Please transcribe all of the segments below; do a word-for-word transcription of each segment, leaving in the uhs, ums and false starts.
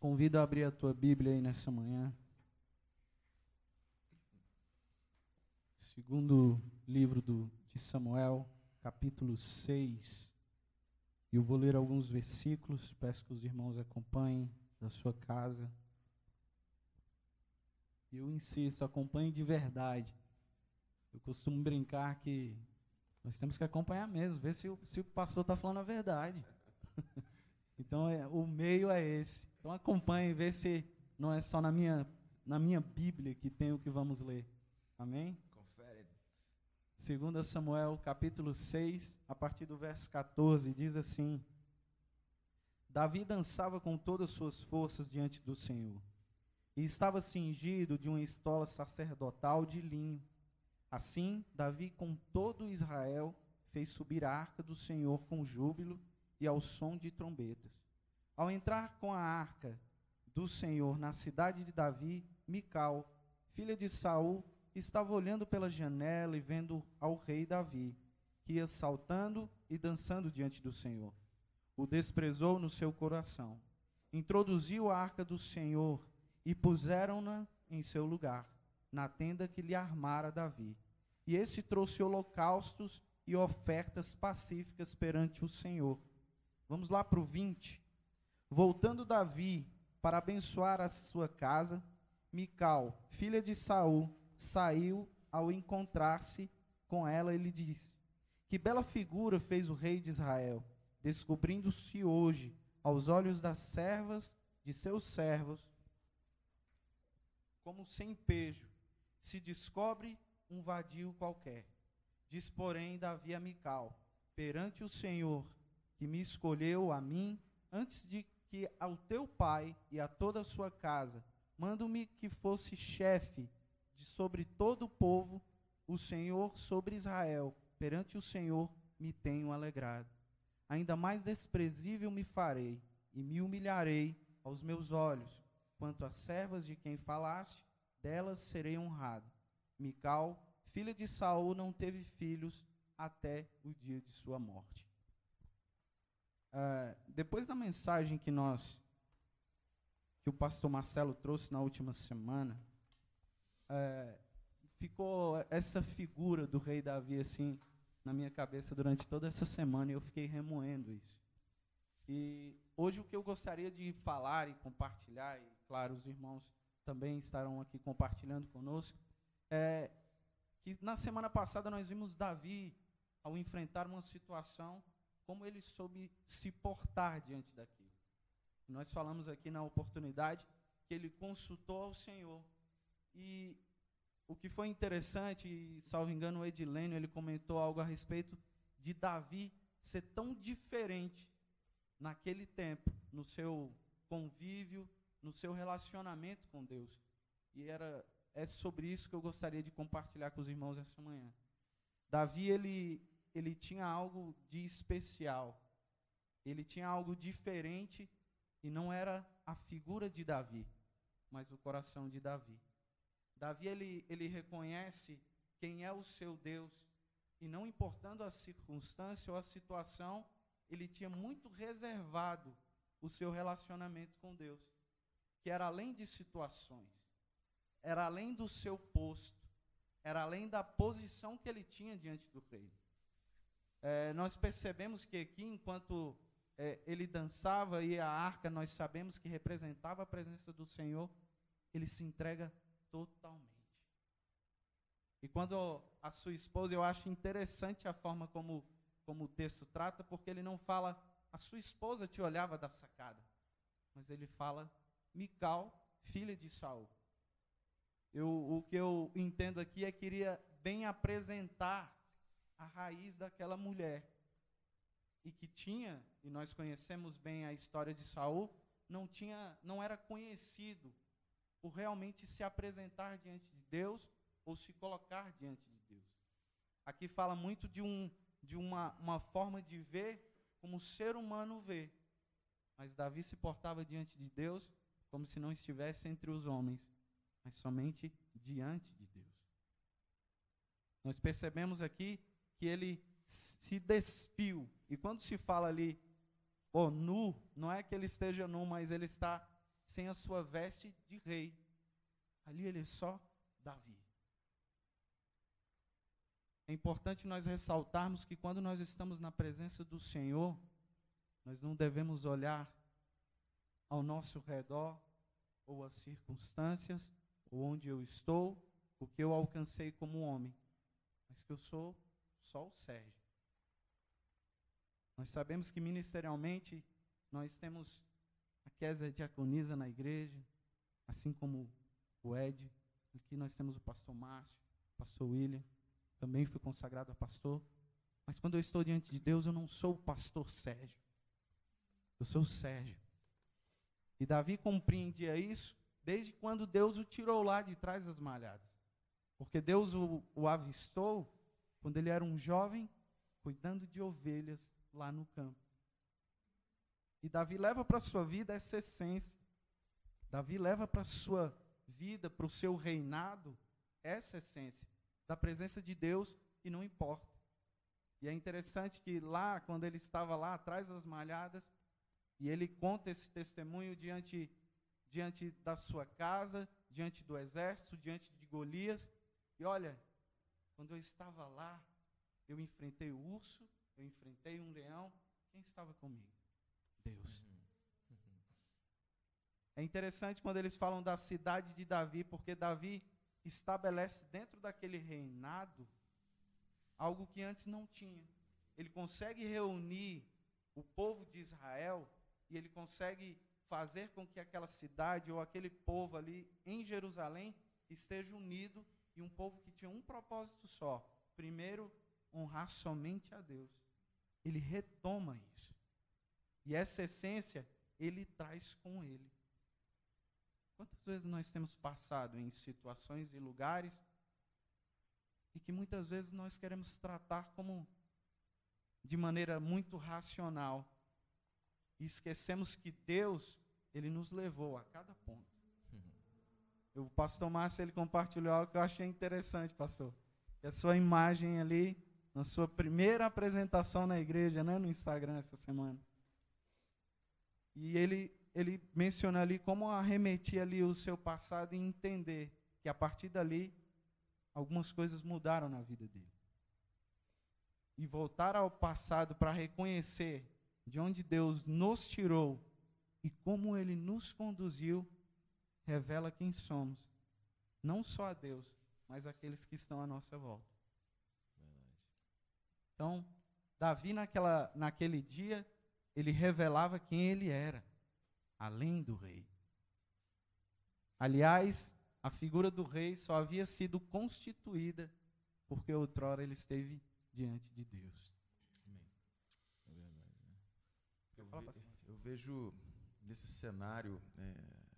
Convido a abrir a tua Bíblia aí nessa manhã. Segundo livro do, de Samuel, capítulo seis. Eu vou ler alguns versículos, peço que os irmãos acompanhem da sua casa. Eu insisto, acompanhe de verdade. Eu costumo brincar que nós temos que acompanhar mesmo, ver se o, se o pastor está falando a verdade. Então, é, o meio é esse. Então, acompanhe, vê se não é só na minha, na minha Bíblia que tem o que vamos ler. Amém? Confere. Segundo Samuel, capítulo seis, a partir do verso catorze, diz assim: Davi dançava com todas as suas forças diante do Senhor, e estava cingido de uma estola sacerdotal de linho. Assim, Davi, com todo Israel, fez subir a arca do Senhor com júbilo e ao som de trombetas. Ao entrar com a arca do Senhor na cidade de Davi, Mical, filha de Saul, estava olhando pela janela e vendo ao rei Davi, que ia saltando e dançando diante do Senhor. O desprezou no seu coração. Introduziu a arca do Senhor e puseram-na em seu lugar, na tenda que lhe armara Davi. E este trouxe holocaustos e ofertas pacíficas perante o Senhor. Vamos lá para o vinte. Voltando Davi para abençoar a sua casa, Mical, filha de Saul, saiu ao encontrar-se com ela e lhe disse: Que bela figura fez o rei de Israel, descobrindo-se hoje aos olhos das servas de seus servos, como sem pejo, se descobre um vadio qualquer. Diz, porém, Davi a Mical: perante o Senhor, que me escolheu a mim, antes de que ao teu pai e a toda a sua casa, mando-me que fosse chefe de sobre todo o povo, o Senhor sobre Israel, perante o Senhor me tenho alegrado. Ainda mais desprezível me farei, e me humilharei aos meus olhos. Quanto às servas de quem falaste, delas serei honrado. Mical, filha de Saul, não teve filhos até o dia de sua morte. Uh, depois da mensagem que nós, que o pastor Marcelo trouxe na última semana, uh, ficou essa figura do rei Davi assim na minha cabeça durante toda essa semana e eu fiquei remoendo isso. E hoje o que eu gostaria de falar e compartilhar, e claro, os irmãos também estarão aqui compartilhando conosco, é que na semana passada nós vimos Davi, ao enfrentar uma situação, como ele soube se portar diante daquilo. Nós falamos aqui na oportunidade que ele consultou ao Senhor. E o que foi interessante, e salvo engano o Edilênio, ele comentou algo a respeito de Davi ser tão diferente naquele tempo, no seu convívio, no seu relacionamento com Deus. E era, é sobre isso que eu gostaria de compartilhar com os irmãos essa manhã. Davi, ele... ele tinha algo de especial, ele tinha algo diferente, e não era a figura de Davi, mas o coração de Davi. Davi, ele, ele reconhece quem é o seu Deus, e não importando a circunstância ou a situação, ele tinha muito reservado o seu relacionamento com Deus, que era além de situações, era além do seu posto, era além da posição que ele tinha diante do rei. É, nós percebemos que aqui, enquanto é, ele dançava e a arca, nós sabemos que representava a presença do Senhor, ele se entrega totalmente. E quando a sua esposa, eu acho interessante a forma como, como o texto trata, porque ele não fala, a sua esposa te olhava da sacada, mas ele fala, Mical, filha de Saul. Eu, o que eu entendo aqui é que queria bem apresentar a raiz daquela mulher, e que tinha, e nós conhecemos bem a história de Saul, não tinha, não era conhecido por realmente se apresentar diante de Deus, ou se colocar diante de Deus. Aqui fala muito de, um, de uma, uma forma de ver como o ser humano vê, mas Davi se portava diante de Deus como se não estivesse entre os homens, mas somente diante de Deus. Nós percebemos aqui que ele se despiu. E quando se fala ali, oh, nu, não é que ele esteja nu, mas ele está sem a sua veste de rei. Ali ele é só Davi. É importante nós ressaltarmos que quando nós estamos na presença do Senhor, nós não devemos olhar ao nosso redor, ou as circunstâncias, ou onde eu estou, o que eu alcancei como homem, mas que eu sou só o Sérgio. Nós sabemos que ministerialmente nós temos a Kézia diaconisa na igreja, assim como o Ed, aqui nós temos o pastor Márcio, o pastor William, também fui consagrado a pastor, mas quando eu estou diante de Deus, eu não sou o pastor Sérgio, eu sou o Sérgio. E Davi compreendia isso desde quando Deus o tirou lá de trás das malhadas. Porque Deus o, o avistou quando ele era um jovem cuidando de ovelhas lá no campo. E Davi leva para a sua vida essa essência. Davi leva para a sua vida, para o seu reinado, essa essência da presença de Deus, e não importa. E é interessante que lá, quando ele estava lá atrás das malhadas, e ele conta esse testemunho diante, diante da sua casa, diante do exército, diante de Golias. E olha, quando eu estava lá, eu enfrentei o urso, eu enfrentei um leão. Quem estava comigo? Deus. Uhum. Uhum. É interessante quando eles falam da cidade de Davi, porque Davi estabelece dentro daquele reinado algo que antes não tinha. Ele consegue reunir o povo de Israel, e ele consegue fazer com que aquela cidade ou aquele povo ali em Jerusalém esteja unido, e um povo que tinha um propósito só: primeiro, honrar somente a Deus. Ele retoma isso. E essa essência ele traz com ele. Quantas vezes nós temos passado em situações e lugares e que muitas vezes nós queremos tratar como de maneira muito racional, e esquecemos que Deus, ele nos levou a cada ponto. Uhum. O pastor Márcio, ele compartilhou algo que eu achei interessante, pastor. Que a sua imagem ali, na sua primeira apresentação na igreja, né, no Instagram essa semana. E ele, ele menciona ali como arremetia ali o seu passado, e entender que a partir dali, algumas coisas mudaram na vida dele. E voltar ao passado para reconhecer de onde Deus nos tirou e como Ele nos conduziu, revela quem somos. Não só a Deus, mas aqueles que estão à nossa volta. Verdade. Então, Davi naquela, naquele dia, ele revelava quem ele era, além do rei. Aliás, a figura do rei só havia sido constituída porque outrora ele esteve diante de Deus. Amém. É verdade, né? Eu, ve, eu vejo nesse cenário é,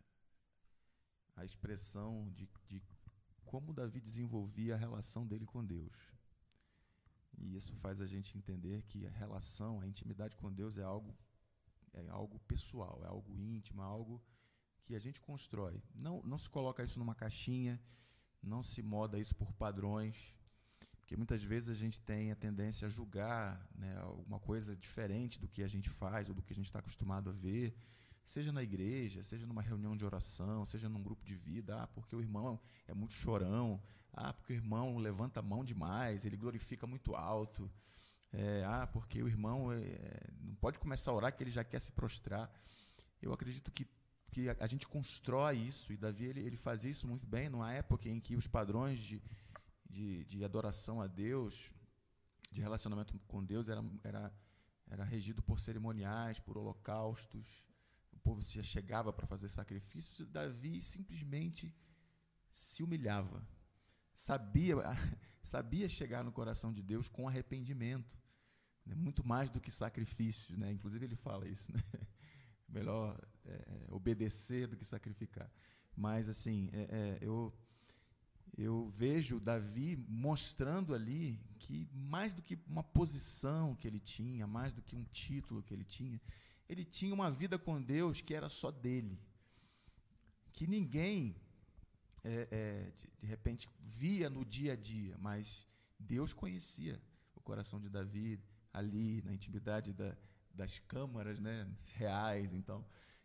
a expressão de, de como Davi desenvolvia a relação dele com Deus. E isso faz a gente entender que a relação, a intimidade com Deus é algo, é algo pessoal, é algo íntimo, é algo que a gente constrói. Não, não se coloca isso numa caixinha, não se moda isso por padrões, porque muitas vezes a gente tem a tendência a julgar, né, alguma coisa diferente do que a gente faz ou do que a gente está acostumado a ver, seja na igreja, seja numa reunião de oração, seja num grupo de vida. Ah, porque o irmão é muito chorão. Ah, porque o irmão levanta a mão demais, ele glorifica muito alto. É, ah, porque o irmão é, não pode começar a orar que ele já quer se prostrar. Eu acredito que, que a, a gente constrói isso, e Davi ele, ele fazia isso muito bem, numa época em que os padrões de, de, de adoração a Deus, de relacionamento com Deus, era, era, era regido por cerimoniais, por holocaustos. O povo se chegava para fazer sacrifícios, e Davi simplesmente se humilhava. Sabia, sabia chegar no coração de Deus com arrependimento, né? Muito mais do que sacrifícios, né? Inclusive ele fala isso, né? Melhor é, obedecer do que sacrificar. Mas assim, é, é, eu, eu vejo Davi mostrando ali que mais do que uma posição que ele tinha, mais do que um título que ele tinha, ele tinha uma vida com Deus que era só dele, que ninguém É, é, de, de repente via no dia a dia, mas Deus conhecia o coração de Davi ali na intimidade da, das câmaras, né, reais. Então,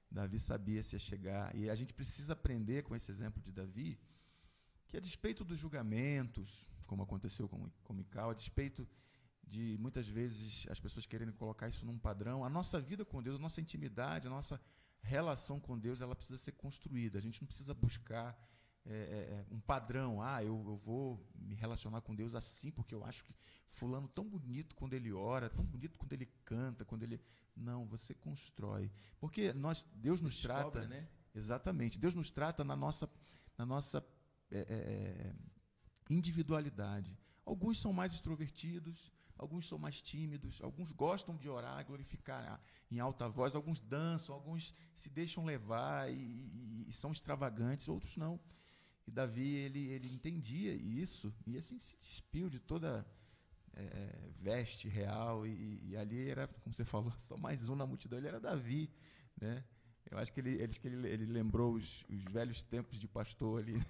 Davi sabia se chegar. E a gente precisa aprender com esse exemplo de Davi, que a despeito dos julgamentos, como aconteceu com, com Mical, a despeito de muitas vezes as pessoas quererem colocar isso num padrão, a nossa vida com Deus, a nossa intimidade, a nossa relação com Deus, ela precisa ser construída. A gente não precisa buscar é, é, um padrão. Ah, eu, eu vou me relacionar com Deus assim, porque eu acho que fulano tão bonito quando ele ora, tão bonito quando ele canta, quando ele... Não, você constrói. Porque nós, Deus nos Descobre, trata... né? Exatamente. Deus nos trata na nossa, na nossa é, é, individualidade. Alguns são mais extrovertidos, alguns são mais tímidos, alguns gostam de orar, glorificar em alta voz, alguns dançam, alguns se deixam levar e, e, e são extravagantes, outros não. E Davi, ele, ele entendia isso, e assim se despiu de toda é, veste real, e, e ali era, como você falou, só mais um na multidão, ele era Davi, né? Eu acho que ele, ele, que ele, ele lembrou os, os velhos tempos de pastor ali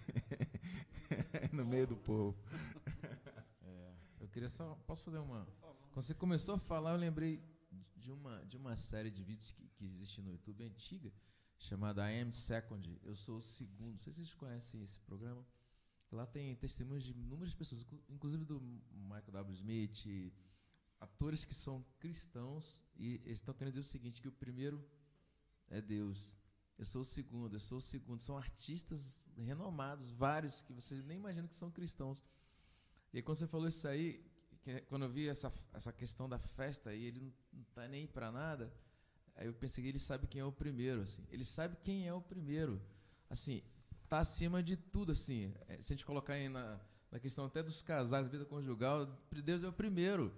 no meio do povo. Eu queria só... Posso fazer uma... Quando você começou a falar, eu lembrei de uma, de uma série de vídeos que, que existe no YouTube, antiga, chamada I Am Second, Eu Sou o Segundo. Não sei se vocês conhecem esse programa. Lá tem testemunhos de inúmeras pessoas, inclusive do Michael W. Smith, atores que são cristãos, e eles estão querendo dizer o seguinte, que o primeiro é Deus. Eu sou o segundo, eu sou o segundo. São artistas renomados, vários, que vocês nem imaginam que são cristãos. E aí, quando você falou isso aí, que, quando eu vi essa, essa questão da festa, e ele não está nem para nada, aí eu pensei que ele sabe quem é o primeiro. Assim. Ele sabe quem é o primeiro. Assim, está acima de tudo. Assim. Se a gente colocar aí na, na questão até dos casais, vida conjugal, Deus é o primeiro.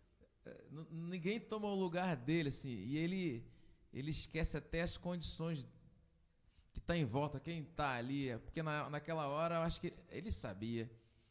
Ninguém toma o lugar dele. Assim, e ele, ele esquece até as condições que está em volta, quem está ali. Porque na, naquela hora, eu acho que ele sabia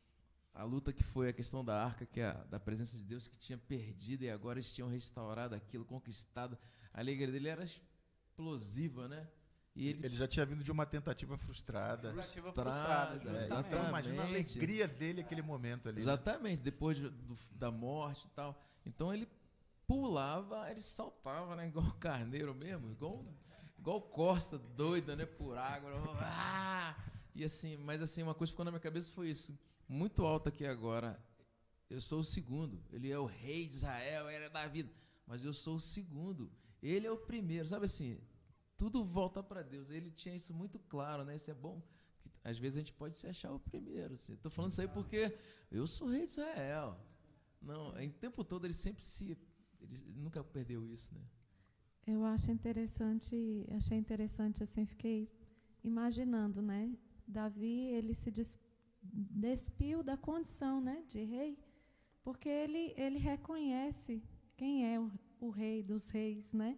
a luta que foi a questão da arca, que é a, da presença de Deus, que tinha perdido, e agora eles tinham restaurado aquilo, conquistado. A alegria dele era explosiva, né? E ele, ele já tinha vindo de uma tentativa frustrada. Frustrada, frustrada é, exatamente. Então, imagina a alegria dele naquele momento ali. Exatamente, né? Depois do, da morte e tal. Então ele pulava, ele saltava, né? Igual carneiro mesmo, igual, igual Costa, doida, né? Por água. Ah! E assim, mas assim, uma coisa que ficou na minha cabeça foi isso. Muito alto aqui agora, eu sou o segundo, ele é o rei de Israel, ele é Davi, mas eu sou o segundo, ele é o primeiro, sabe assim, tudo volta para Deus, ele tinha isso muito claro, né? Isso é bom, que às vezes a gente pode se achar o primeiro, assim. Estou falando isso aí porque eu sou rei de Israel, não, em tempo todo ele sempre se, ele nunca perdeu isso, né? Eu acho interessante, achei interessante, assim, fiquei imaginando, né? Davi, ele se despediu, despiu da condição, né, de rei, porque ele, ele reconhece quem é o, o rei dos reis, né?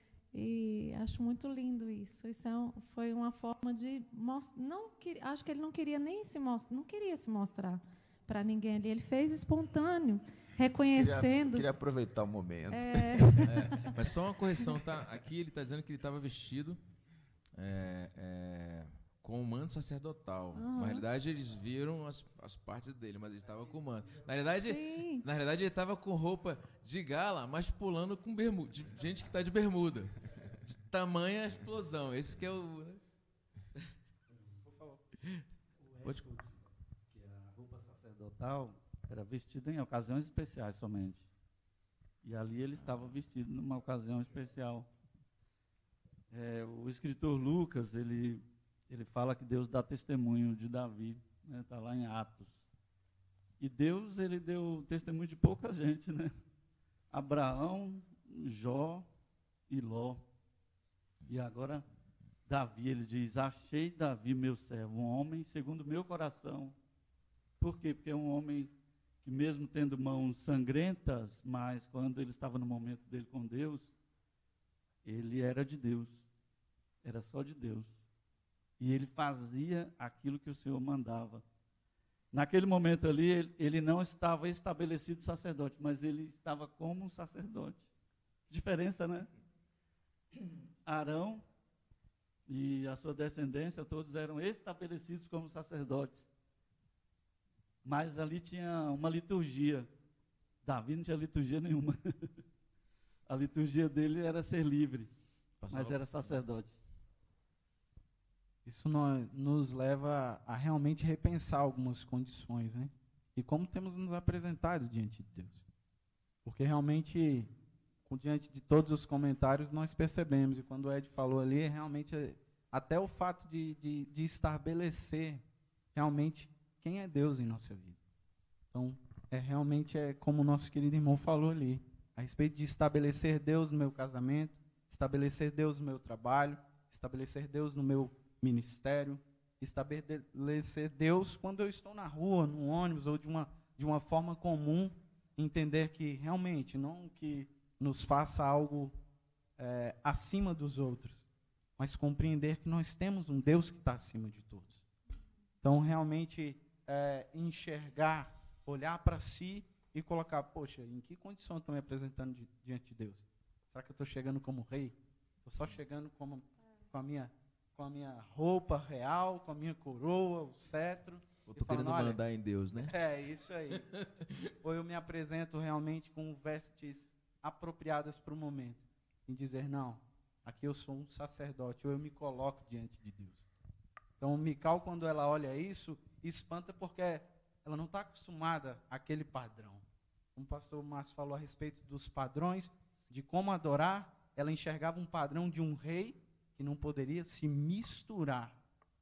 E acho muito lindo isso. Isso é um, foi uma forma de mostrar. Não, que, acho que ele não queria nem se mostrar, não queria se mostrar para ninguém ali. Ele fez espontâneo, reconhecendo. Queria, queria aproveitar o momento. É... É, mas só uma correção, tá? Aqui ele está dizendo que ele estava vestido. É, é, com o manto sacerdotal. Uhum. Na realidade, eles viram as, as partes dele, mas ele estava com o manto. Na realidade, na realidade ele estava com roupa de gala, mas pulando com bermuda. De gente que está de bermuda. De tamanha explosão. Esse que é o... Né? Por favor. O resto, que a roupa sacerdotal era vestida em ocasiões especiais somente. E ali ele estava vestido numa ocasião especial. É, o escritor Lucas, ele... Ele fala que Deus dá testemunho de Davi, está, né, lá em Atos. E Deus, ele deu testemunho de pouca gente, né? Abraão, Jó e Ló. E agora, Davi, ele diz, achei Davi, meu servo, um homem segundo o meu coração. Por quê? Porque é um homem que mesmo tendo mãos sangrentas, mas quando ele estava no momento dele com Deus, ele era de Deus. Era só de Deus. E ele fazia aquilo que o Senhor mandava. Naquele momento ali, ele, ele não estava estabelecido sacerdote, mas ele estava como um sacerdote. Diferença, né? Arão e a sua descendência, todos eram estabelecidos como sacerdotes. Mas ali tinha uma liturgia. Davi não tinha liturgia nenhuma. A liturgia dele era ser livre, Passava mas era sacerdote. Isso nó- nos leva a realmente repensar algumas condições, né? E como temos nos apresentado diante de Deus. Porque realmente, com- diante de todos os comentários, nós percebemos, e quando o Ed falou ali, é realmente é, até o fato de, de, de estabelecer realmente quem é Deus em nossa vida. Então, é realmente é como o nosso querido irmão falou ali, a respeito de estabelecer Deus no meu casamento, estabelecer Deus no meu trabalho, estabelecer Deus no meu ministério, estabelecer Deus quando eu estou na rua, no ônibus, ou de uma, de uma forma comum, entender que realmente não que nos faça algo é, acima dos outros, mas compreender que nós temos um Deus que está acima de todos. Então, realmente, é, enxergar, olhar para si e colocar, poxa, em que condição eu estou me apresentando di- diante de Deus? Será que eu estou chegando como rei? Estou só chegando como, com, a minha, com a minha roupa real, com a minha coroa, o cetro? Eu tô e falando, querendo olha, mandar em Deus, né? É, isso aí. Ou eu me apresento realmente com vestes apropriadas para o momento. Em dizer, não, aqui eu sou um sacerdote, ou eu me coloco diante de Deus. Então, Mical, quando ela olha isso, espanta porque ela não está acostumada àquele padrão. Como o pastor Márcio falou a respeito dos padrões, de como adorar, ela enxergava um padrão de um rei que não poderia se misturar.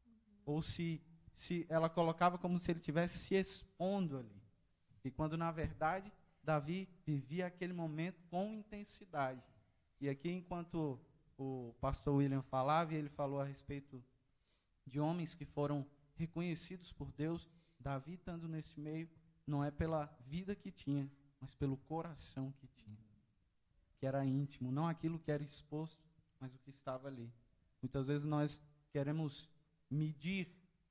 Ou se, se ela colocava como se ele estivesse se expondo ali. E quando, na verdade, Davi vivia aquele momento com intensidade. E aqui, enquanto o pastor William falava, e ele falou a respeito de homens que foram reconhecidos por Deus, Davi estando nesse meio, não é pela vida que tinha, mas pelo coração que tinha, que era íntimo, não aquilo que era exposto, mas o que estava ali. Muitas vezes nós queremos medir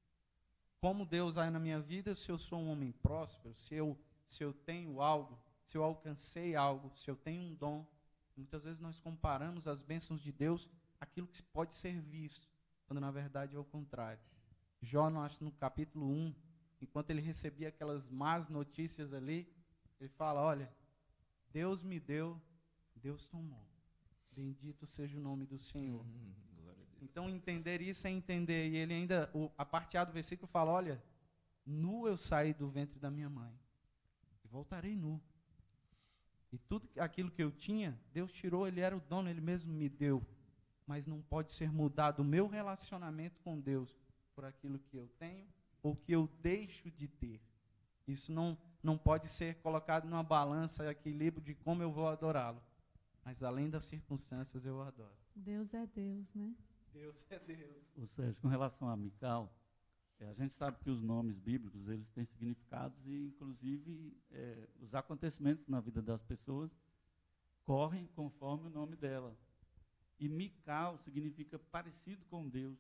como Deus age na minha vida, se eu sou um homem próspero, se eu, se eu tenho algo, se eu alcancei algo, se eu tenho um dom. Muitas vezes nós comparamos as bênçãos de Deus àquilo que pode ser visto, quando na verdade é o contrário. Jó, no, acho, no capítulo um, enquanto ele recebia aquelas más notícias ali, ele fala, olha, Deus me deu, Deus tomou. Bendito seja o nome do Senhor. Hum, glória a Deus. Então, entender isso é entender. E ele ainda, o, a parte A do versículo fala, olha, nu eu saí do ventre da minha mãe, e voltarei nu. E tudo aquilo que eu tinha, Deus tirou, Ele era o dono, Ele mesmo me deu. Mas não pode ser mudado o meu relacionamento com Deus por aquilo que eu tenho ou que eu deixo de ter. Isso não, não pode ser colocado numa balança, equilíbrio de como eu vou adorá-lo. Mas além das circunstâncias, eu o adoro. Deus é Deus, né? Deus é Deus. Ou seja, com relação a Mical, é, a gente sabe que os nomes bíblicos eles têm significados e, inclusive, é, os acontecimentos na vida das pessoas correm conforme o nome dela. E Mical significa parecido com Deus.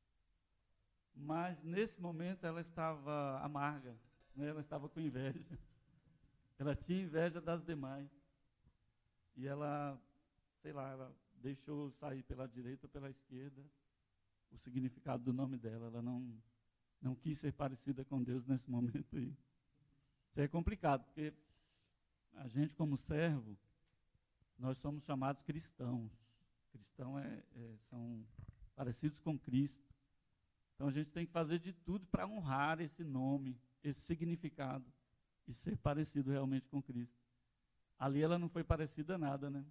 Mas, nesse momento, ela estava amarga, né? Ela estava com inveja. Ela tinha inveja das demais. E ela, sei lá, ela deixou sair pela direita ou pela esquerda o significado do nome dela. Ela não, não quis ser parecida com Deus nesse momento aí. Isso é complicado, porque a gente, como servo, nós somos chamados cristãos. Cristãos é, é, são parecidos com Cristo. Então a gente tem que fazer de tudo para honrar esse nome, esse significado, e ser parecido realmente com Cristo. Ali ela não foi parecida a nada, né?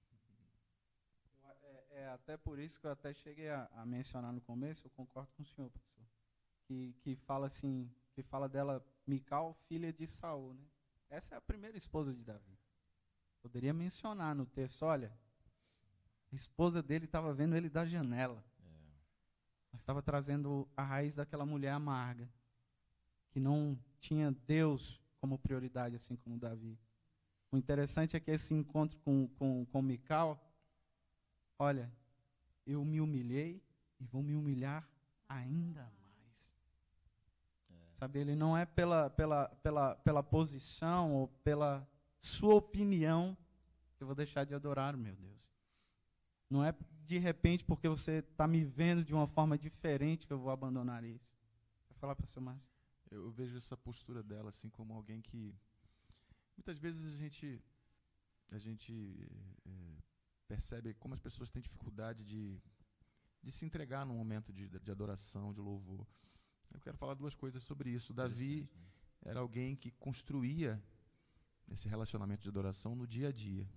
É, é até por isso que eu até cheguei a, a mencionar no começo, eu concordo com o senhor, pastor, que, que fala assim, que fala dela, Mical, filha de Saul, né? Essa é a primeira esposa de Davi. Poderia mencionar no texto, olha, a esposa dele estava vendo ele da janela. É. Mas estava trazendo a raiz daquela mulher amarga, que não tinha Deus como prioridade, assim como Davi. O interessante é que esse encontro com, com, com Mical, olha, eu me humilhei e vou me humilhar ainda mais. É. Sabe, ele não é pela, pela, pela, pela posição ou pela sua opinião que eu vou deixar de adorar, meu Deus. Não é de repente porque você está me vendo de uma forma diferente que eu vou abandonar isso. Quer falar para o seu Márcio? Eu vejo essa postura dela assim como alguém que muitas vezes a gente a gente é, percebe como as pessoas têm dificuldade de, de se entregar num momento de, de adoração, de louvor. Eu quero falar duas coisas sobre isso. Davi era alguém que construía esse relacionamento de adoração no dia a dia.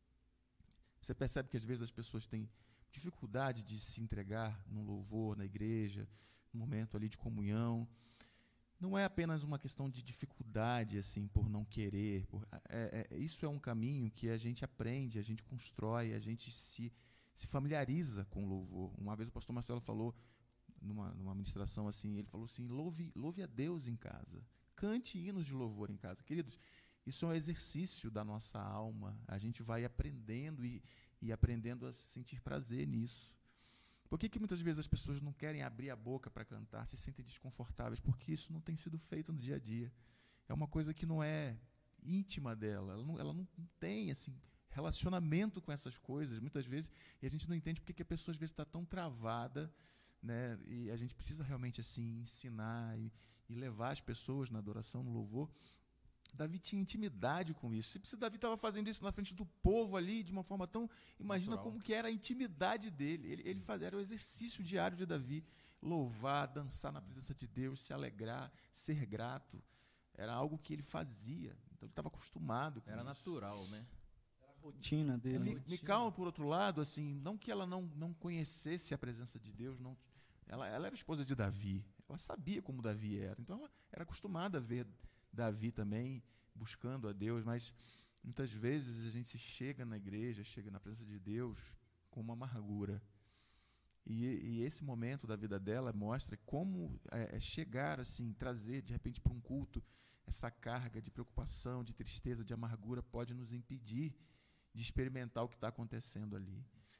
Você percebe que às vezes as pessoas têm dificuldade de se entregar num louvor, na igreja, num momento ali de comunhão. Não é apenas uma questão de dificuldade, assim, por não querer. Por, é, é, isso é um caminho que a gente aprende, a gente constrói, a gente se, se familiariza com o louvor. Uma vez o pastor Marcelo falou, numa, numa ministração assim, ele falou assim, louve, louve a Deus em casa, cante hinos de louvor em casa. Queridos, isso é um exercício da nossa alma, a gente vai aprendendo e, e aprendendo a sentir prazer nisso. Por que que muitas vezes as pessoas não querem abrir a boca para cantar, se sentem desconfortáveis? Porque isso não tem sido feito no dia a dia. É uma coisa que não é íntima dela, ela não, ela não tem assim, relacionamento com essas coisas, muitas vezes, e a gente não entende porque que a pessoa às vezes está tão travada, né? E a gente precisa realmente assim, ensinar e, e levar as pessoas na adoração, no louvor. Davi tinha intimidade com isso. Se Davi estava fazendo isso na frente do povo ali, de uma forma tão... Imagina natural. Como que era a intimidade dele. Ele, ele fazia, era o exercício diário de Davi. Louvar, dançar na presença de Deus, se alegrar, ser grato. Era algo que ele fazia. Então ele estava acostumado com era isso. natural, né? Era a rotina dele. Mi, Mical, por outro lado, assim, não que ela não, não conhecesse a presença de Deus, não, ela, ela era esposa de Davi. Ela sabia como Davi era. Então ela era acostumada a ver Davi também buscando a Deus, mas muitas vezes a gente chega na igreja, chega na presença de Deus com uma amargura. E, e esse momento da vida dela mostra como é, é chegar, assim, trazer de repente para um culto essa carga de preocupação, de tristeza, de amargura pode nos impedir de experimentar o que está acontecendo ali.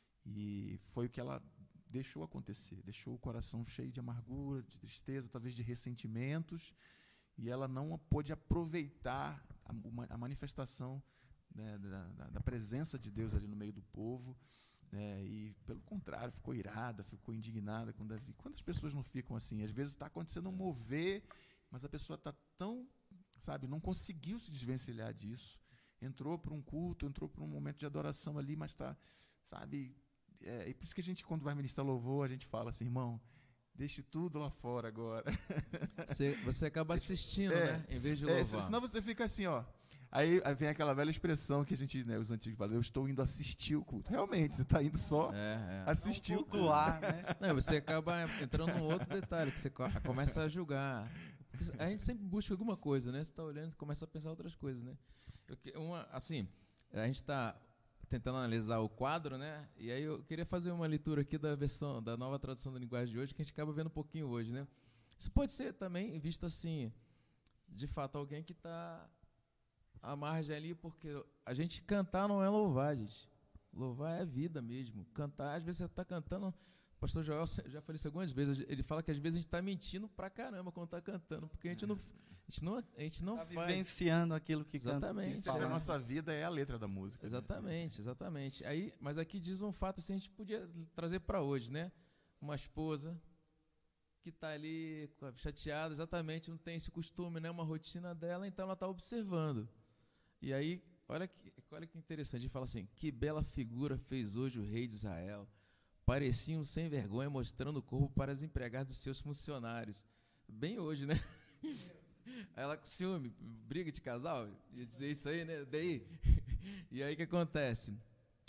E foi o que ela deixou acontecer, deixou o coração cheio de amargura, de tristeza, talvez de ressentimentos, e ela não pôde aproveitar a, a manifestação, né, da, da presença de Deus ali no meio do povo, né, e, pelo contrário, ficou irada, ficou indignada com Davi. Quantas pessoas não ficam assim? Às vezes está acontecendo um mover, mas a pessoa está tão, sabe, não conseguiu se desvencilhar disso. Entrou para um culto, entrou para um momento de adoração ali, mas está, sabe... É, e por isso que a gente, quando vai ministrar louvor, a gente fala assim, irmão, deixe tudo lá fora agora. Você, você acaba assistindo, é, né? Em vez de é, louvar. Senão você fica assim, ó. Aí, aí vem aquela velha expressão que a gente, né, os antigos falam, eu estou indo assistir o culto. Realmente, você está indo só é, é. assistir o culto. Cultuar, né? Não, você acaba entrando num outro detalhe, que você começa a julgar. Porque a gente sempre busca alguma coisa, né? Você está olhando e começa a pensar outras coisas, né? Eu, uma, assim, a gente está tentando analisar o quadro, né? E aí eu queria fazer uma leitura aqui da versão, da nova tradução da linguagem de hoje, que a gente acaba vendo um pouquinho hoje, né? Isso pode ser também visto assim, de fato, alguém que está à margem ali, porque a gente cantar não é louvar, gente. Louvar é vida mesmo. Cantar, às vezes você está cantando... O pastor Joel já falou isso algumas vezes, ele fala que às vezes a gente está mentindo pra caramba quando está cantando, porque a gente não, a gente não, a gente não tá faz... vivenciando aquilo que exatamente, canta. É. A nossa vida é a letra da música. Exatamente, né? exatamente. Aí, mas aqui diz um fato assim, a gente podia trazer para hoje, né? Uma esposa que está ali chateada, exatamente, não tem esse costume, né? Uma rotina dela, então ela está observando. E aí, olha que, olha que interessante, ele fala assim, que bela figura fez hoje o rei de Israel. Parecia um sem vergonha mostrando o corpo para as empregadas dos seus funcionários. Bem hoje, né? Ela com ciúme, briga de casal, ia dizer isso aí, né? Daí, e aí o que acontece?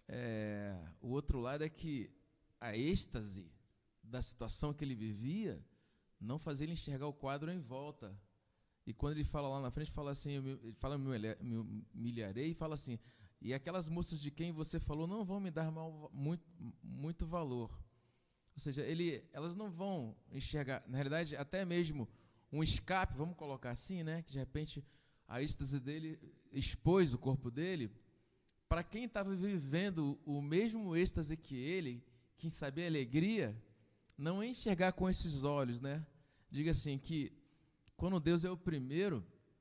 É, o outro lado é que a êxtase da situação que ele vivia não fazia ele enxergar o quadro em volta. E quando ele fala lá na frente, fala assim, ele fala, me humilharei, e fala assim, e aquelas moças de quem você falou não vão me dar mal, muito, muito valor. Ou seja, ele, elas não vão enxergar, na realidade, até mesmo um escape, vamos colocar assim, né? Que de repente a êxtase dele expôs o corpo dele. Para quem estava vivendo o mesmo êxtase que ele, quem sabia alegria, não enxergar com esses olhos, né? Diga assim, que quando Deus é o primeiro,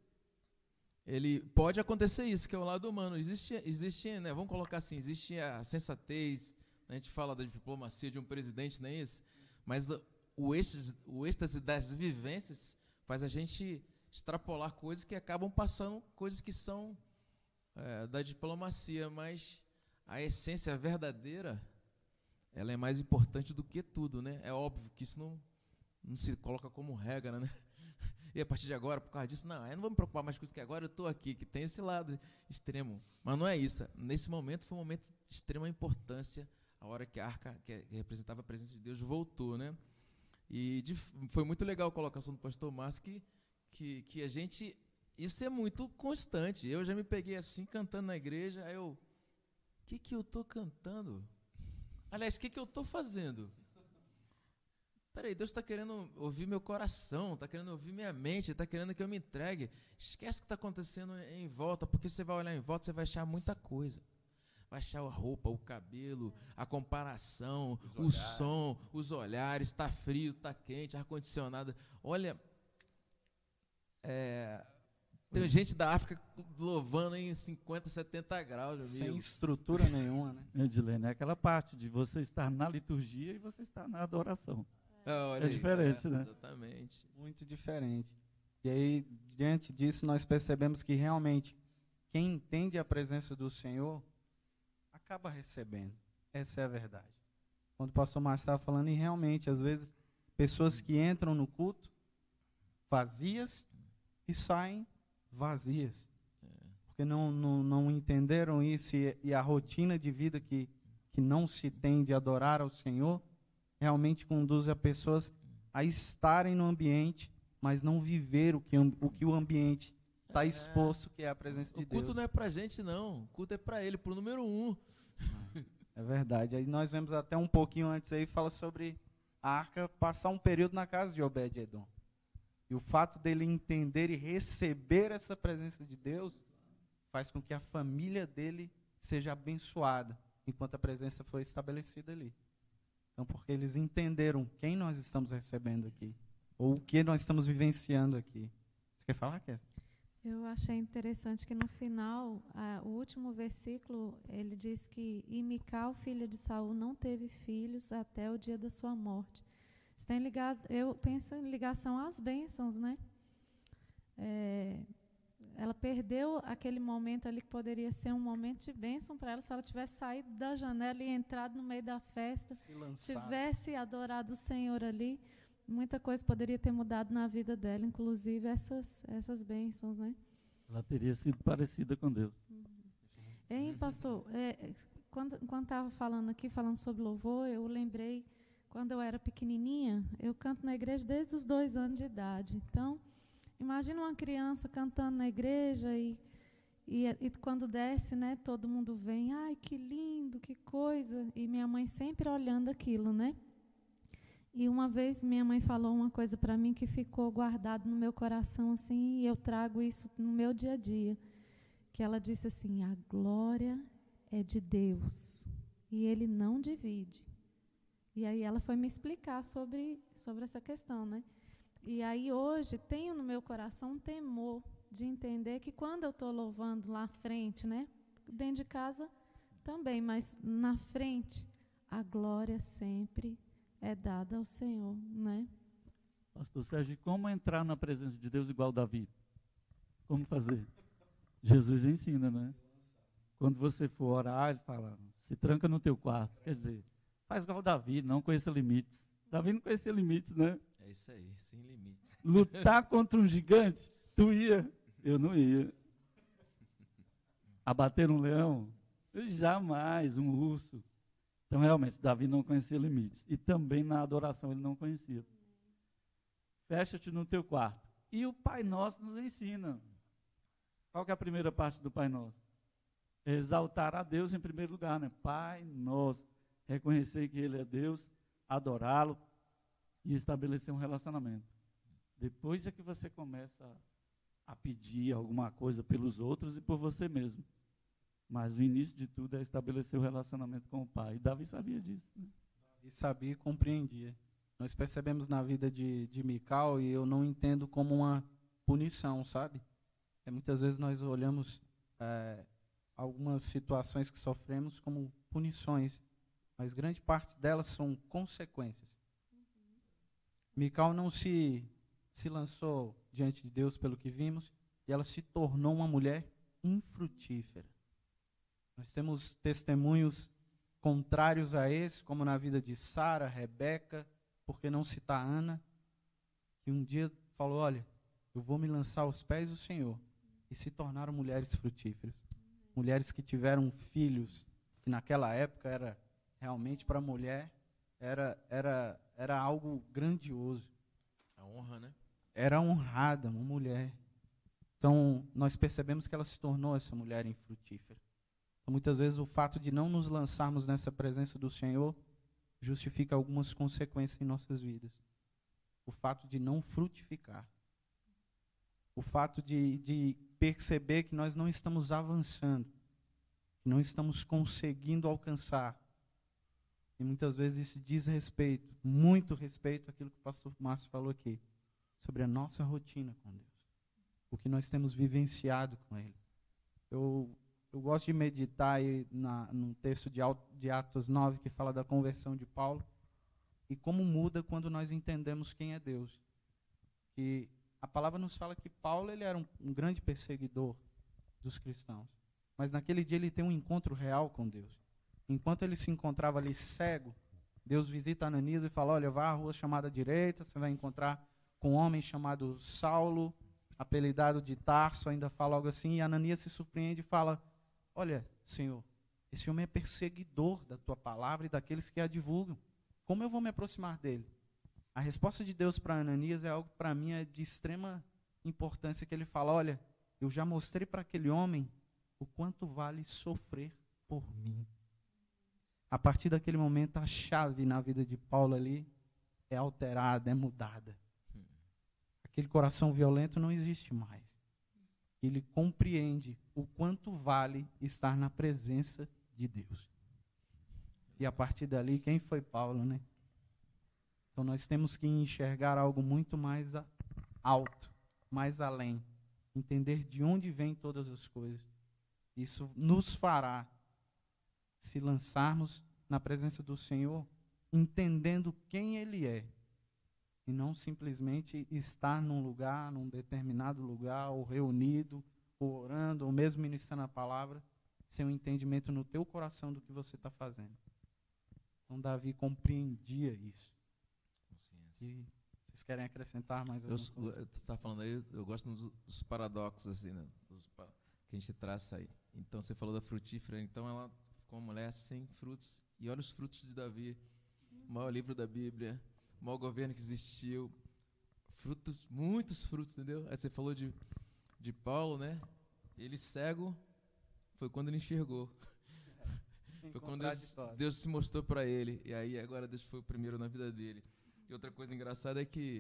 ele pode acontecer isso, que é o lado humano. Existe, existe, né, vamos colocar assim, existe a sensatez, a gente fala da diplomacia de um presidente, não é isso? Mas o êxtase, o êxtase das vivências faz a gente extrapolar coisas que acabam passando, coisas que são é, da diplomacia, mas a essência verdadeira ela é mais importante do que tudo, né? É óbvio que isso não, não se coloca como regra, né? E a partir de agora, por causa disso, não, eu não vou me preocupar mais com isso, que agora eu estou aqui, que tem esse lado extremo. Mas não é isso. Nesse momento, foi um momento de extrema importância, a hora que a arca, que representava a presença de Deus, voltou, né? E de, foi muito legal a colocação do pastor Márcio, que, que, que a gente... Isso é muito constante. Eu já me peguei assim, cantando na igreja, aí eu... O que, que eu estou cantando? Aliás, o que, que eu estou fazendo? Peraí, Deus está querendo ouvir meu coração, está querendo ouvir minha mente, está querendo que eu me entregue. Esquece o que está acontecendo em volta, porque você vai olhar em volta, você vai achar muita coisa. Vai achar a roupa, o cabelo, a comparação, o som, os olhares, está frio, está quente, ar-condicionado. Olha, é, tem gente da África louvando em cinquenta, setenta graus. Sem amigo. estrutura nenhuma, né? Edilene, é aquela parte de você estar na liturgia e você estar na adoração. Ah, olha É aí, diferente, é, né? Exatamente. Muito diferente. E aí, diante disso, nós percebemos que realmente quem entende a presença do Senhor acaba recebendo. Essa é a verdade. Quando o pastor Márcio estava falando, e realmente, às vezes, pessoas que entram no culto vazias e saem vazias. Porque não, não, não entenderam isso e, e a rotina de vida que, que não se tem de adorar ao Senhor realmente conduz a pessoas a estarem no ambiente, mas não viver o que o, que o ambiente está exposto, que é a presença de Deus. O culto não é para a gente, não. O culto é para Ele, para o número um. É verdade. Aí nós vemos até um pouquinho antes aí, fala sobre a arca passar um período na casa de Obed-Edom. E o fato dele entender e receber essa presença de Deus faz com que a família dele seja abençoada, enquanto a presença foi estabelecida ali. Então, porque eles entenderam quem nós estamos recebendo aqui, ou o que nós estamos vivenciando aqui. Você quer falar, Kézia? Eu achei interessante que no final, ah, o último versículo, ele diz que e Mical, filha de Saul, não teve filhos até o dia da sua morte. Isso tem ligado, eu penso em ligação às bênçãos, né? É, ela perdeu aquele momento ali que poderia ser um momento de bênção para ela, se ela tivesse saído da janela e entrado no meio da festa, tivesse adorado o Senhor ali, muita coisa poderia ter mudado na vida dela, inclusive essas, essas bênçãos, né? Ela teria sido parecida com Deus. Uhum. Hein, pastor, é, quando estava falando aqui, falando sobre louvor, eu lembrei, quando eu era pequenininha, eu canto na igreja desde os dois anos de idade. Então, imagina uma criança cantando na igreja e, e, e quando desce, né, todo mundo vem, ai, que lindo, que coisa. E minha mãe sempre olhando aquilo, né? E uma vez minha mãe falou uma coisa para mim que ficou guardado no meu coração, assim, e eu trago isso no meu dia a dia. Que ela disse assim, a glória é de Deus e Ele não divide. E aí ela foi me explicar sobre, sobre essa questão, né? E aí hoje tenho no meu coração um temor de entender que quando eu estou louvando lá à frente, né? Dentro de casa também, mas na frente, a glória sempre é dada ao Senhor, né? Pastor Sérgio, como entrar na presença de Deus igual Davi? Como fazer? Jesus ensina, né? Quando você for orar, ele fala, se tranca no teu quarto. Quer dizer, faz igual Davi, não conheça limites. Davi não conhecia limites, né? É isso aí, sem limites. Lutar contra um gigante, tu ia, eu não ia. Abater um leão, eu jamais, um urso. Então, realmente, Davi não conhecia limites. E também na adoração ele não conhecia. Fecha-te no teu quarto. E o Pai Nosso nos ensina. Qual que é a primeira parte do Pai Nosso? Exaltar a Deus em primeiro lugar, né? Pai Nosso. Reconhecer que Ele é Deus, adorá-lo e estabelecer um relacionamento. Depois é que você começa a, a pedir alguma coisa pelos outros e por você mesmo. Mas o início de tudo é estabelecer o relacionamento com o Pai. E Davi sabia disso. Né? Davi sabia e compreendia. Nós percebemos na vida de, de Mical, e eu não entendo como uma punição, sabe? É, muitas vezes nós olhamos é, algumas situações que sofremos como punições, mas grande parte delas são consequências. Uhum. Mical não se, se lançou diante de Deus pelo que vimos, e ela se tornou uma mulher infrutífera. Nós temos testemunhos contrários a esse, como na vida de Sara, Rebeca, por que não citar Ana, que um dia falou, olha, eu vou me lançar aos pés do Senhor, e se tornaram mulheres frutíferas. Mulheres que tiveram filhos, que naquela época era realmente para a mulher, era, era, era algo grandioso. A honra, né? Era honrada, uma mulher. Então, nós percebemos que ela se tornou essa mulher infrutífera. Então, muitas vezes, o fato de não nos lançarmos nessa presença do Senhor justifica algumas consequências em nossas vidas. O fato de não frutificar. O fato de, de perceber que nós não estamos avançando, que não estamos conseguindo alcançar. E muitas vezes isso diz respeito, muito respeito àquilo que o pastor Márcio falou aqui, sobre a nossa rotina com Deus, o que nós temos vivenciado com Ele. Eu, eu gosto de meditar aí na, no texto de, de Atos nove, que fala da conversão de Paulo, e como muda quando nós entendemos quem é Deus. Que a palavra nos fala que Paulo ele era um, um grande perseguidor dos cristãos, mas naquele dia ele tem um encontro real com Deus. Enquanto ele se encontrava ali cego, Deus visita Ananias e fala, olha, vá à rua chamada direita, você vai encontrar com um homem chamado Saulo, apelidado de Tarso, ainda fala algo assim, e Ananias se surpreende e fala, olha, Senhor, esse homem é perseguidor da tua palavra e daqueles que a divulgam. Como eu vou me aproximar dele? A resposta de Deus para Ananias é algo, para mim, é de extrema importância, que ele fala, olha, eu já mostrei para aquele homem o quanto vale sofrer por mim. A partir daquele momento, a chave na vida de Paulo ali é alterada, é mudada. Aquele coração violento não existe mais. Ele compreende o quanto vale estar na presença de Deus. E a partir dali, quem foi Paulo, né? Então nós temos que enxergar algo muito mais alto, mais além. Entender de onde vêm todas as coisas. Isso nos fará se lançarmos na presença do Senhor, entendendo quem Ele é, e não simplesmente estar num lugar, num determinado lugar, ou reunido, ou orando, ou mesmo ministrando a palavra, sem um entendimento no teu coração do que você está fazendo. Então Davi compreendia isso. E vocês querem acrescentar mais alguma eu, coisa? Você está falando aí, eu gosto dos paradoxos assim, né? Dos, que a gente traça aí. Então você falou da frutífera, então ela ficou uma mulher sem frutos. E olha os frutos de Davi. O maior livro da Bíblia, o maior governo que existiu. Frutos, muitos frutos, entendeu? Aí você falou de, de Paulo, né? Ele cego, foi quando ele enxergou. É, foi quando Deus, Deus se mostrou para ele. E aí agora Deus foi o primeiro na vida dele. E outra coisa engraçada é que...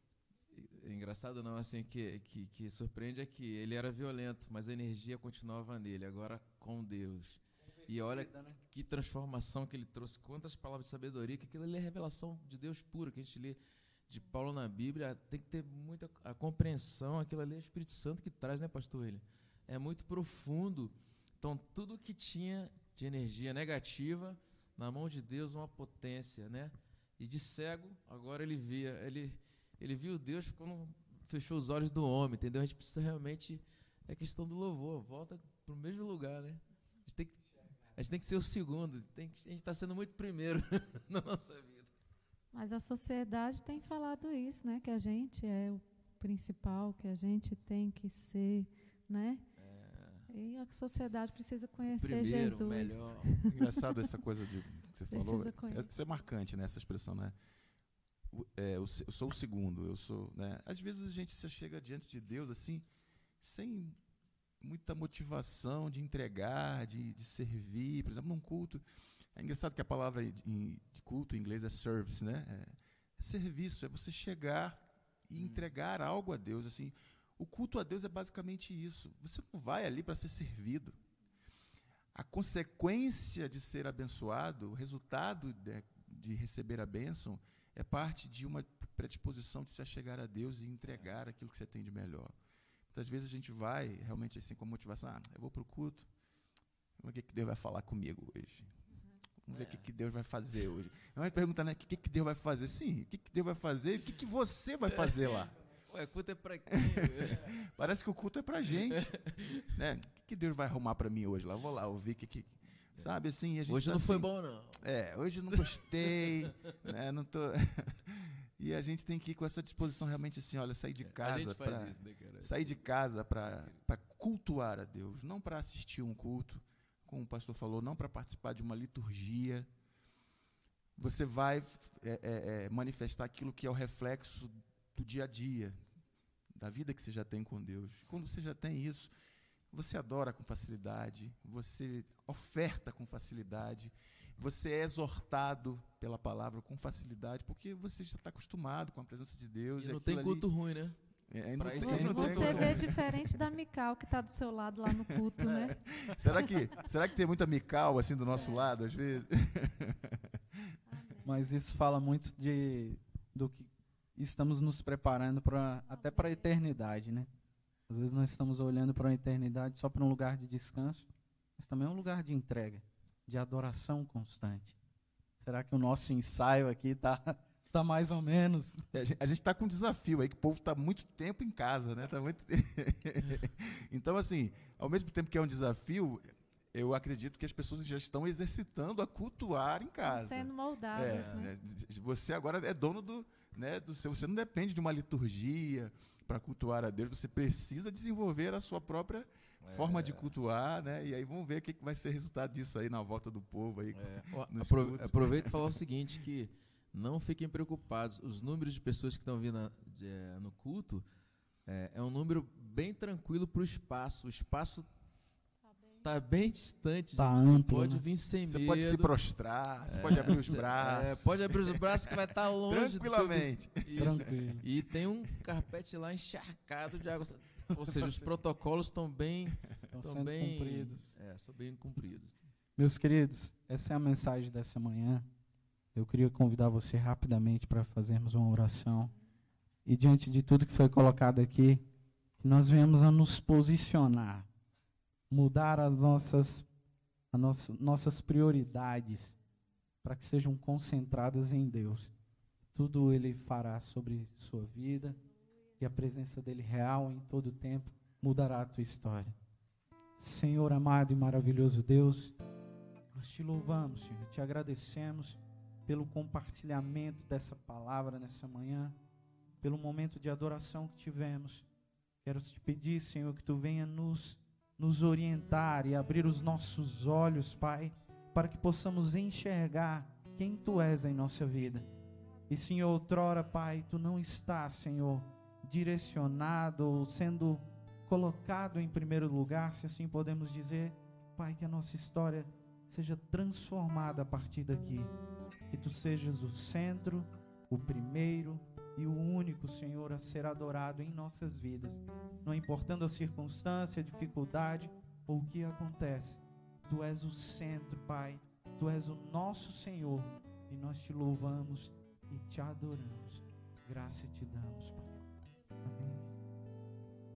Engraçado não, assim, que, que, que surpreende é que ele era violento, mas a energia continuava nele, agora com Deus. E olha que transformação que ele trouxe, quantas palavras de sabedoria, que aquilo ali é revelação de Deus pura, que a gente lê de Paulo na Bíblia, tem que ter muita a compreensão, aquilo ali é o Espírito Santo que traz, né, pastor William? É muito profundo. Então, tudo que tinha de energia negativa, na mão de Deus, uma potência, né? E de cego, agora ele via, ele, ele viu Deus quando fechou os olhos do homem, entendeu? A gente precisa realmente, é questão do louvor, volta para o mesmo lugar, né? A gente tem que, a gente tem que ser o segundo, tem que, a gente está sendo muito primeiro na nossa vida. Mas a sociedade tem falado isso, né? Que a gente é o principal, que a gente tem que ser, né? É. E a sociedade precisa conhecer primeiro, Jesus. Melhor. Engraçado essa coisa de, que você Precisa falou. conhecer. Isso é marcante, né, essa expressão, né? É, eu, eu sou o segundo, eu sou, né? Às vezes a gente se chega diante de Deus assim, sem muita motivação de entregar, de, de servir, por exemplo, num culto. É engraçado que a palavra de culto em inglês é service, né? É, é serviço, é você chegar e entregar algo a Deus, assim. O culto a Deus é basicamente isso. Você não vai ali para ser servido. A consequência de ser abençoado, o resultado de, de receber a bênção, é parte de uma predisposição de se achegar a Deus e entregar aquilo que você tem de melhor. Muitas vezes a gente vai realmente assim com a motivação, ah, eu vou para o culto, vamos ver o que Deus vai falar comigo hoje. Vamos ver o que, que Deus vai fazer hoje. A gente pergunta, né, o que, que Deus vai fazer? Sim, o que, que Deus vai fazer? O que, que você vai fazer lá? Ué, culto é para quem? Parece que o culto é para a gente. Né? O que, que Deus vai arrumar para mim hoje? Lá vou lá ouvir o que, que Sabe assim? A gente Hoje tá não assim, foi bom, não. É, hoje não gostei, né? Não tô... E a gente tem que ir com essa disposição realmente assim, olha, sair de casa. A gente faz pra, isso, né, cara? Sair de casa para cultuar a Deus, não para assistir um culto, como o pastor falou, não para participar de uma liturgia. Você vai é, é, manifestar aquilo que é o reflexo do dia a dia, da vida que você já tem com Deus. Quando você já tem isso, você adora com facilidade, você oferta com facilidade, você é exortado pela palavra com facilidade, porque você já está acostumado com a presença de Deus. E e não tem culto ali, ruim, né? É, Pra não isso tem, aí não não tem Você como. vê diferente da Mical que está do seu lado lá no culto, né? Será que, será que tem muita mical assim do nosso lado, às vezes? Mas isso fala muito de do que estamos nos preparando para até para a eternidade, né? Às vezes nós estamos olhando para a eternidade só para um lugar de descanso, mas também é um lugar de entrega, de adoração constante. Será que o nosso ensaio aqui está tá mais ou menos? A gente está com um desafio aí, que o povo está muito tempo em casa, né? Tá muito... Então, assim, ao mesmo tempo que é um desafio, eu acredito que as pessoas já estão exercitando a cultuar em casa. Estão sendo moldadas, É, né? Você agora é dono do, né, do seu. Você não depende de uma liturgia para cultuar a Deus. Você precisa desenvolver a sua própria é. forma de cultuar, né? E aí vamos ver o que, que vai ser o resultado disso aí na volta do povo aí. É. Apro Aproveito e falar o seguinte, que não fiquem preocupados. Os números de pessoas que estão vindo a, de, é, no culto é, é um número bem tranquilo para o espaço. O espaço está bem distante. Tá gente. amplo, Você pode né? vir sem Você medo. pode se prostrar, você É, pode abrir os cê- braços. é, pode abrir os braços que vai estar longe do seu Tranquilamente. vis- Isso. Tranquilo. E tem um carpete lá encharcado de água. Ou seja, os protocolos estão bem, Estão estão sendo bem, cumpridos. é, são bem cumpridos. Meus queridos, essa é a mensagem dessa manhã. Eu queria convidar você rapidamente para fazermos uma oração. E diante de tudo que foi colocado aqui, que nós venhamos a nos posicionar, mudar as nossas, as nossas, nossas prioridades para que sejam concentradas em Deus. Tudo Ele fará sobre sua vida e a presença dEle real em todo o tempo mudará a tua história. Senhor amado e maravilhoso Deus, nós te louvamos, Senhor, te agradecemos pelo compartilhamento dessa palavra nessa manhã, pelo momento de adoração que tivemos. Quero te pedir, Senhor, que Tu venha nos, nos orientar e abrir os nossos olhos, Pai, para que possamos enxergar quem Tu és em nossa vida. E, Senhor, outrora, Pai, Tu não estás, Senhor, direcionado ou sendo colocado em primeiro lugar, se assim podemos dizer, Pai, que a nossa história seja transformada a partir daqui, que Tu sejas o centro, o primeiro e o único, Senhor, a ser adorado em nossas vidas, não importando a circunstância, a dificuldade ou o que acontece. Tu és o centro, Pai, Tu és o nosso Senhor, e nós Te louvamos e Te adoramos. Graça Te damos, Pai. Amém.